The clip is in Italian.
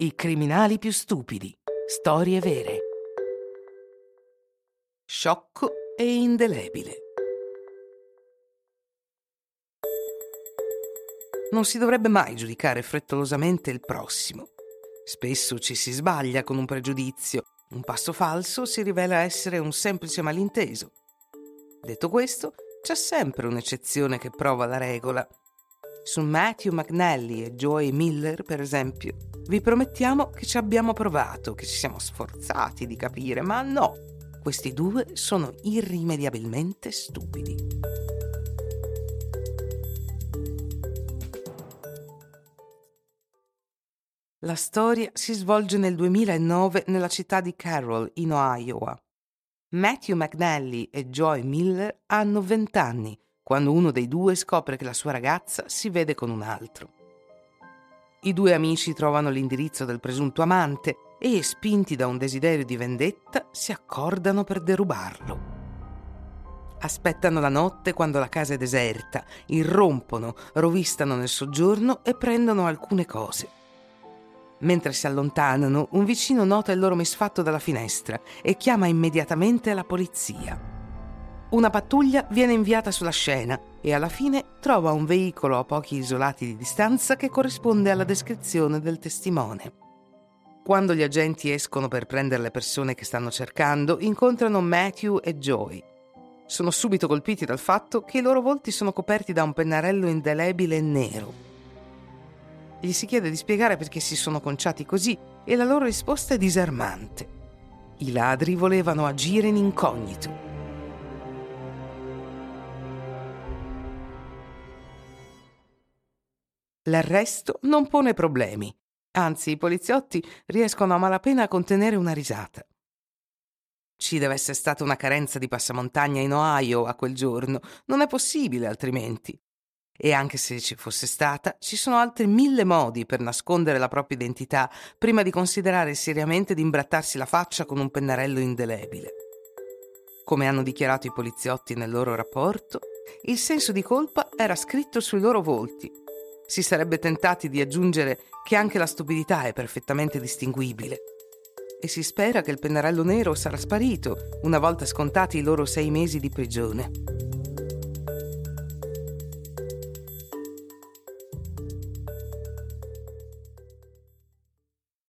I criminali più stupidi. Storie vere. Sciocco e indelebile. Non si dovrebbe mai giudicare frettolosamente il prossimo. Spesso ci si sbaglia con un pregiudizio. Un passo falso si rivela essere un semplice malinteso. Detto questo, c'è sempre un'eccezione che prova la regola. Su Matthew McNally e Joy Miller, per esempio, vi promettiamo che ci abbiamo provato, che ci siamo sforzati di capire, ma no, questi due sono irrimediabilmente stupidi. La storia si svolge nel 2009 nella città di Carroll, in Iowa. Matthew McNally e Joy Miller hanno 20 anni quando uno dei due scopre che la sua ragazza si vede con un altro. I due amici trovano l'indirizzo del presunto amante e, spinti da un desiderio di vendetta, si accordano per derubarlo. Aspettano la notte quando la casa è deserta, irrompono, rovistano nel soggiorno e prendono alcune cose. Mentre si allontanano, un vicino nota il loro misfatto dalla finestra e chiama immediatamente la polizia. Una pattuglia viene inviata sulla scena e alla fine trova un veicolo a pochi isolati di distanza che corrisponde alla descrizione del testimone. Quando gli agenti escono per prendere le persone che stanno cercando, incontrano Matthew e Joy. Sono subito colpiti dal fatto che i loro volti sono coperti da un pennarello indelebile nero. Gli si chiede di spiegare perché si sono conciati così e la loro risposta è disarmante. I ladri volevano agire in incognito. L'arresto non pone problemi, anzi i poliziotti riescono a malapena a contenere una risata. Ci deve essere stata una carenza di passamontagna in Ohio a quel giorno, non è possibile altrimenti. E anche se ci fosse stata, ci sono altri 1000 modi per nascondere la propria identità prima di considerare seriamente di imbrattarsi la faccia con un pennarello indelebile. Come hanno dichiarato i poliziotti nel loro rapporto, il senso di colpa era scritto sui loro volti. Si sarebbe tentati di aggiungere che anche la stupidità è perfettamente distinguibile. E si spera che il pennarello nero sarà sparito una volta scontati i loro 6 mesi di prigione.